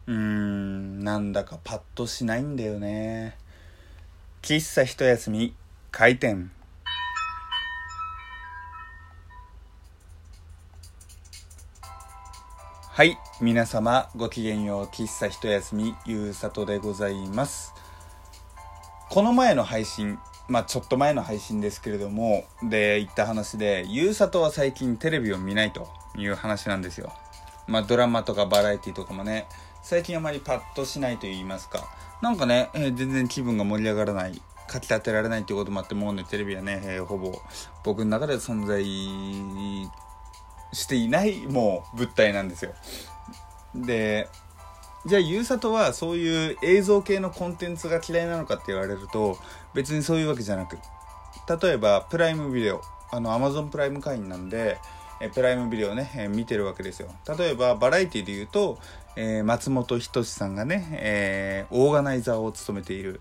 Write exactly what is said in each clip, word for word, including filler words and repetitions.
うーんなんだかパッとしないんだよね。喫茶一休み開店。はい、皆様ごきげんよう。喫茶一休みゆうさとでございます。この前の配信、まあちょっと前の配信ですけれどもで言った話で、ゆうさとは最近テレビを見ないという話なんですよ。まあドラマとかバラエティとかもね、最近あまりパッとしないと言いますか、なんかね、えー、全然気分が盛り上がらない、かき立てられないということもあって、もうねテレビはね、えー、ほぼ僕の中で存在していないもう物体なんですよ。でじゃあゆうさとはそういう映像系のコンテンツが嫌いなのかって言われると、別にそういうわけじゃなく、例えばプライムビデオ、あの Amazon プライム会員なんでえプライムビデオね、え見てるわけですよ。例えばバラエティで言うと、えー、松本人志さんがね、えー、オーガナイザーを務めている、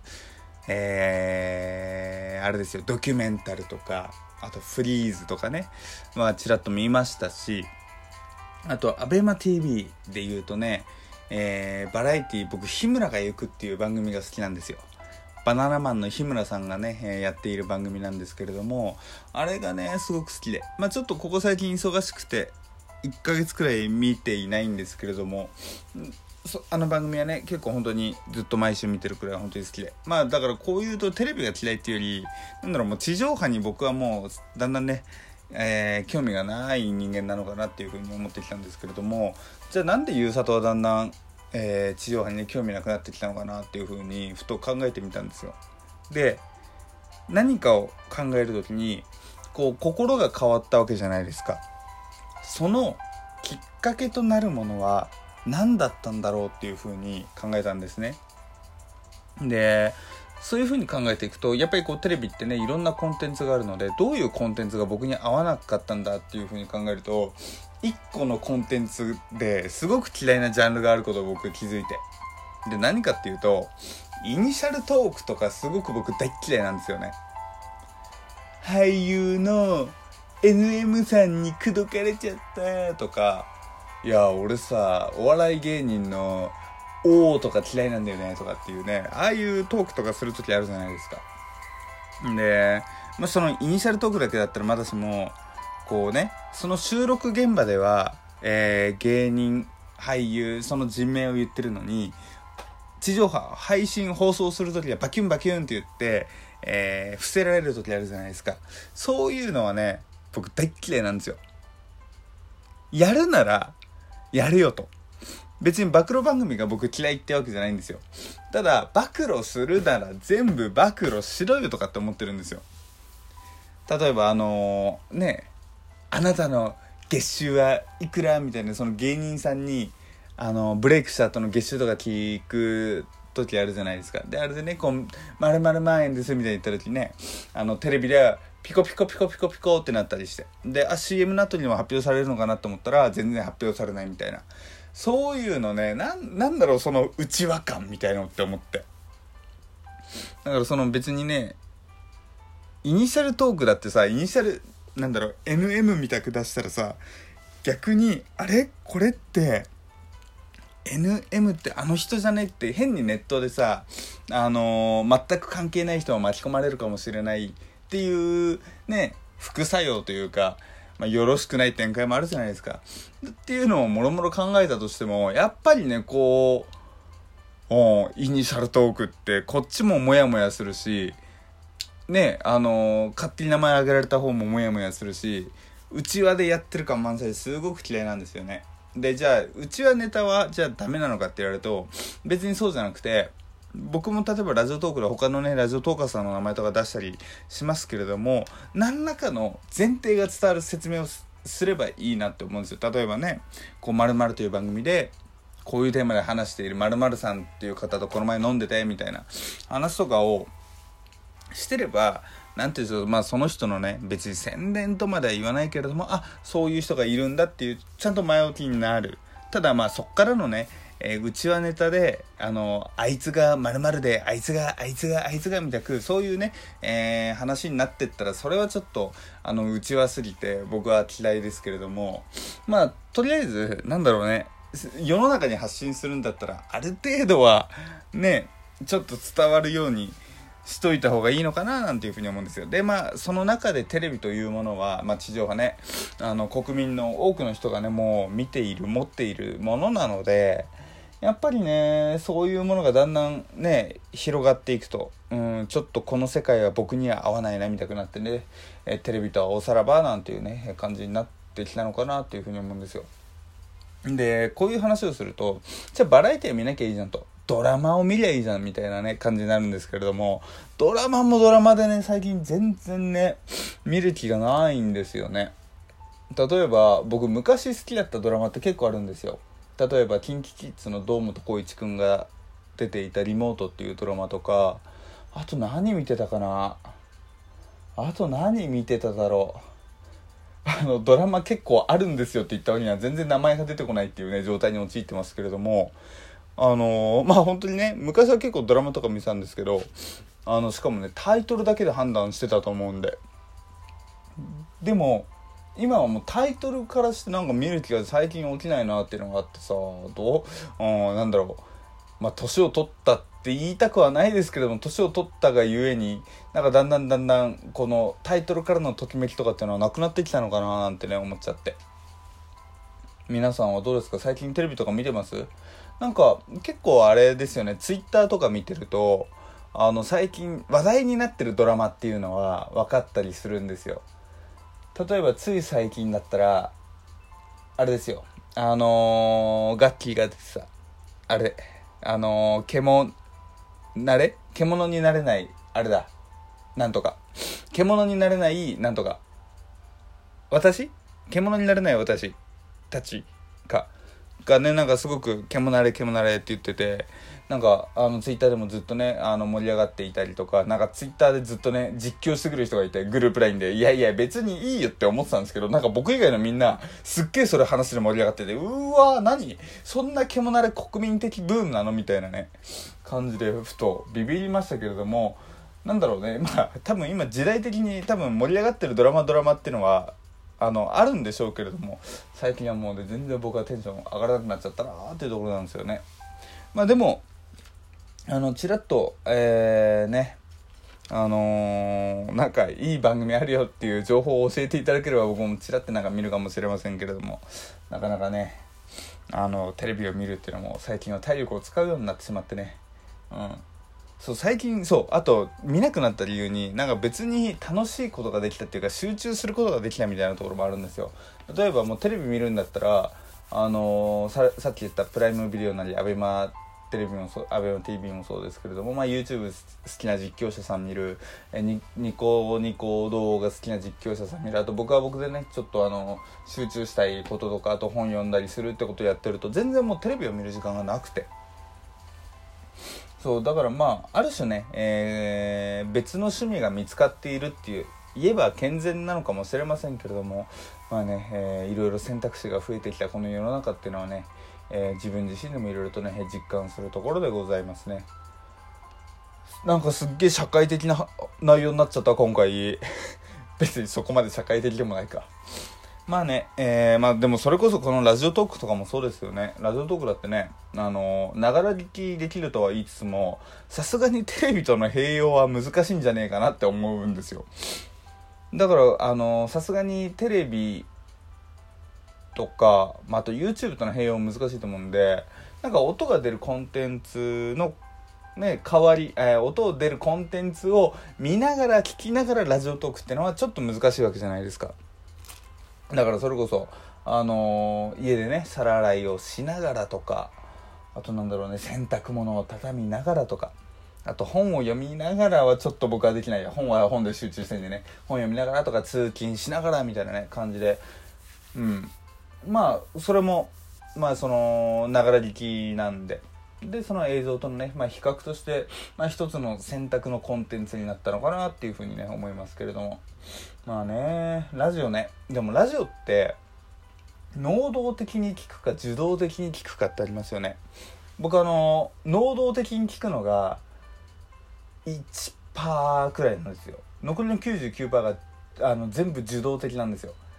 えー、あれですよ、ドキュメンタルとか、あとフリーズとかね、まあちらっと見ましたし、あとアベマ ティーブイ で言うとね、えー、バラエティ、僕日村が行くっていう番組が好きなんですよ。バナナマンの日村さんがね、えー、やっている番組なんですけれども、あれがねすごく好きで、まあちょっとここ最近忙しくていっかげつくらい見ていないんですけれども、そあの番組はね結構本当にずっと毎週見てるくらい本当に好きで、まあだからこういうとテレビが嫌いっていうより、なんだろう、もう地上波に僕はもうだんだんね、えー、興味がない人間なのかなっていうふうに思ってきたんですけれども、じゃあなんでゆうさとはだんだん、えー、地上波に、ね、興味なくなってきたのかなっていうふうにふと考えてみたんですよ。で何かを考えるときにこう心が変わったわけじゃないですか。そのきっかけとなるものは何だったんだろうっていうふうに考えたんですね。でそういう風に考えていくと、やっぱりこうテレビってね、いろんなコンテンツがあるので、どういうコンテンツが僕に合わなかったんだっていう風に考えると、一個のコンテンツですごく嫌いなジャンルがあることを僕気づいて、で何かっていうと、イニシャルトークとかすごく僕大嫌いなんですよね。俳優の エヌエム さんに口説かれちゃったとか、いや俺さお笑い芸人のおーとか嫌いなんだよねとかっていうね、ああいうトークとかするときあるじゃないですか。で、まあ、そのイニシャルトークだけだったらまだしも、こうね、その収録現場では、えー、芸人俳優その人名を言ってるのに、地上波配信放送するときはバキュンバキュンって言って、えー、伏せられるときあるじゃないですか。そういうのはね僕大嫌いなんですよ。やるならやるよと。別に暴露番組が僕嫌いってわけじゃないんですよ。ただ暴露するなら全部暴露しろよとかって思ってるんですよ。例えばあのー、ねあなたの月収はいくらみたいな、その芸人さんにあのブレイクした後の月収とか聞く時あるじゃないですか。であれでね、こう丸々万円ですみたいに言った時ね、あのテレビではピコピコピコピコピコってなったりして、であ シーエム の後にも発表されるのかなと思ったら全然発表されないみたいな、そういうのね、な ん, なんだろうその内輪感みたいなのって思って、だからその別にね、イニシャルトークだってさ、イニシャルなんだろう エヌエム みたく出したらさ、逆にあれこれって エヌエム ってあの人じゃねって変にネットでさ、あのー、全く関係ない人も巻き込まれるかもしれないっていうね、副作用というか、まあ、よろしくない展開もあるじゃないですか。っていうのをもろもろ考えたとしても、やっぱりねこうおイニシャルトークってこっちもモヤモヤするしね、あのー、勝手に名前挙げられた方もモヤモヤするし、内輪でやってる感満載ですごく嫌いなんですよね。でじゃあ内輪ネタはじゃあダメなのかって言われると、別にそうじゃなくて、僕も例えばラジオトークで他のねラジオトーカーさんの名前とか出したりしますけれども、何らかの前提が伝わる説明をすればいいなって思うんですよ。例えばね、こう〇〇という番組でこういうテーマで話している〇〇さんっていう方とこの前飲んでてみたいな話とかをしてれば、なんていうんですか、まあその人のね、別に宣伝とまでは言わないけれども、あ、そういう人がいるんだっていうちゃんと前置きになる。ただまあそっからのね、えー、内輪ネタであのあいつが〇〇であいつがあいつがあいつがみたく、そういうね、えー、話になってったら、それはちょっとあの内輪すぎて僕は嫌いですけれども、まあとりあえずなんだろうね、 世の中に発信するんだったらある程度はねちょっと伝わるようにしといた方がいいのかななんていうふうに思うんですよ。でまあその中でテレビというものは、まあ、地上波ねあの国民の多くの人がねもう見ている持っているものなので、やっぱりねそういうものがだんだんね広がっていくと、うんちょっとこの世界は僕には合わないなみたくなってね、えテレビとはおさらばなんていうね感じになってきたのかなっていうふうに思うんですよ。でこういう話をすると、じゃあバラエティを見なきゃいいじゃんと、ドラマを見りゃいいじゃんみたいなね感じになるんですけれども、ドラマもドラマでね最近全然ね見る気がないんですよね。例えば僕昔好きだったドラマって結構あるんですよ。例えば キンキキッズ の堂本光一くんが出ていたリモートっていうドラマとか、あと何見てたかなあと何見てただろうあのドラマ結構あるんですよって言った割には全然名前が出てこないっていうね状態に陥ってますけれども、あのー、まあ本当にね昔は結構ドラマとか見てたんですけど、あのしかもねタイトルだけで判断してたと思うんで、でも今はもうタイトルからしてなんか見る気が最近起きないなっていうのがあってさ、どう、うん、なんだろう、まあ年を取ったって言いたくはないですけども、年を取ったがゆえになんかだんだんだんだんこのタイトルからのときめきとかっていうのはなくなってきたのかななんてね思っちゃって。皆さんはどうですか？最近テレビとか見てます？なんか結構あれですよね、ツイッターとか見てるとあの最近話題になってるドラマっていうのは分かったりするんですよ。例えばつい最近だったらあれですよ、あのー、ガッキーが出てたあれ、あのー、獣なれ獣になれないあれだ、なんとか獣になれないなんとか私獣になれない私たちかがね、なんかすごく獣なれ獣なれって言ってて、なんかあのツイッターでもずっとねあの盛り上がっていたりとか、なんかツイッターでずっとね実況してくる人がいて、グループラインでいやいや別にいいよって思ってたんですけど、なんか僕以外のみんなすっげえそれ話で盛り上がってて、うーわー何そんな獣なれ国民的ブームなのみたいなね感じでふとビビりましたけれども、なんだろうね、まあ多分今時代的に多分盛り上がってるドラマドラマっていうのはあのあるんでしょうけれども、最近はもうね全然僕はテンション上がらなくなっちゃったなーっていうところなんですよね。まあでもあのちらっとえー、ねあのー、なんかいい番組あるよっていう情報を教えていただければ僕もちらってなんか見るかもしれませんけれども、なかなかねあのテレビを見るっていうのも最近は体力を使うようになってしまってね、うんそう最近そうあと見なくなった理由になんか別に楽しいことができたっていうか集中することができたみたいなところもあるんですよ。例えばもうテレビ見るんだったらあのー、さ, さっき言ったプライムビデオなりアベマテレビもそうアベマ ティーブイ もそうですけれども、まあ、YouTube 好きな実況者さん見る、えニ, ニコニコ動画好きな実況者さん見る、あと僕は僕でねちょっとあの集中したいこととかあと本読んだりするってことをやってると全然もうテレビを見る時間がなくて、そうだからまあある種ね、えー、別の趣味が見つかっているっていう言えば健全なのかもしれませんけれども、まあね、えー、いろいろ選択肢が増えてきたこの世の中っていうのはね、えー、自分自身でもいろいろとね実感するところでございますね。なんかすっげえ社会的な内容になっちゃった今回別にそこまで社会的でもないか。まあね、えー、まあでもそれこそこのラジオトークとかもそうですよね。ラジオトークだってね、あのながら聞きできるとは言いつつもさすがにテレビとの併用は難しいんじゃねえかなって思うんですよ。だからあのさすがにテレビとか、まあ、あと YouTube との併用も難しいと思うんで、なんか音が出るコンテンツのね、代わり、えー、音を出るコンテンツを見ながら聞きながらラジオトークっていうのはちょっと難しいわけじゃないですか。だからそれこそ、あのー、家でね皿洗いをしながらとか、あとなんだろうね洗濯物を畳みながらとか、あと本を読みながらはちょっと僕はできないや、本は本で集中してんでね、本読みながらとか通勤しながらみたいなね感じで、うんまあそれもまあそのながら聞きなんで、でその映像とのね、まあ、比較として、まあ、一つの選択のコンテンツになったのかなっていうふうにね思いますけれども、まあねラジオね、でもラジオって能動的に聞くか受動的に聞くかってありますよね。僕あの能動的に聞くのが いちパーセント くらいなんですよ。残りの きゅうじゅうきゅうパーセント があの全部受動的なんですよ。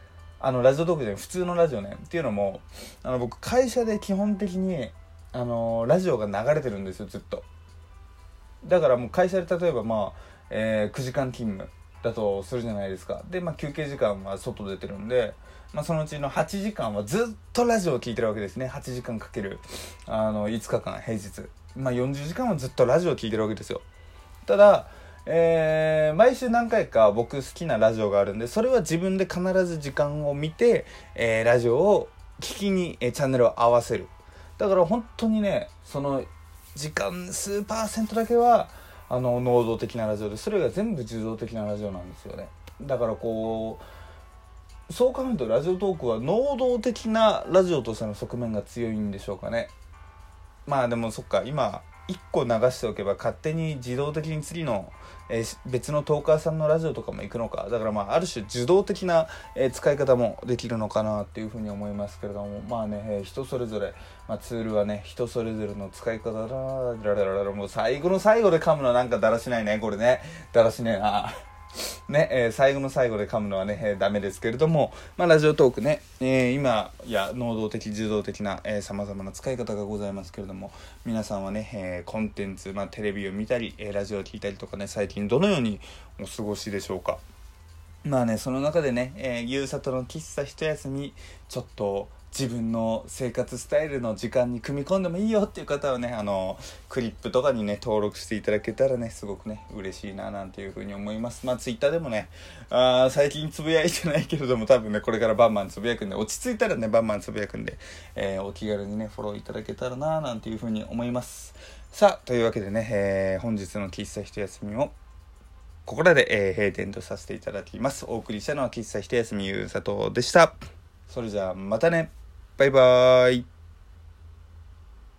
あのラジオトークで普通のラジオねっていうのも、あの僕会社で基本的にあのラジオが流れてるんですよ、ずっと。だからもう会社で例えばまあ、えー、くじかん勤務だとするじゃないですか。で、まあ、休憩時間は外出てるんで、まあ、そのうちのはちじかんはずっとラジオを聞いてるわけですね。はちじかんかけるあのいつかかん平日、まあ、よんじゅうじかんはずっとラジオを聞いてるわけですよ。ただ、えー、毎週何回か僕好きなラジオがあるんで、それは自分で必ず時間を見て、えー、ラジオを聞きに、えー、チャンネルを合わせる。だから本当にね、その時間数パーセントだけはあの能動的なラジオで、それが全部受動的なラジオなんですよね。だからこうそう考えるとラジオトークは能動的なラジオとしての側面が強いんでしょうかね。まあでもそっか、今いっこ流しておけば勝手に自動的に次の、えー、別のトーカーさんのラジオとかも行くのか。だからまあある種受動的な、えー、使い方もできるのかなっていうふうに思いますけれども、まあね、えー、人それぞれ、まあ、ツールはね人それぞれの使い方だな。ララララもう最後の最後で噛むのはなんかだらしないね、これね。だらしねえなね、えー、最後の最後で噛むのはね、えー、ダメですけれども、まあ、ラジオトークね、えー、今や能動的受動的なさまざまな使い方がございますけれども、皆さんはね、えー、コンテンツ、まあ、テレビを見たり、えー、ラジオを聞いたりとかね、最近どのようにお過ごしでしょうか。まあね、その中でね、えー、ゆうさとの喫茶一休み、ちょっと自分の生活スタイルの時間に組み込んでもいいよっていう方はね、あのクリップとかにね登録していただけたらね、すごくね嬉しいななんていうふうに思います。まあツイッターでもね、あ最近つぶやいてないけれども、多分ねこれからバンバンつぶやくんで、落ち着いたらねバンバンつぶやくんで、えー、お気軽にねフォローいただけたらななんていうふうに思います。さあというわけでね、えー、本日の喫茶一休みをここらで、えー、閉店とさせていただきます。お送りしたのは喫茶一休みゆうさとでした。それじゃあまたね、バイバーイ。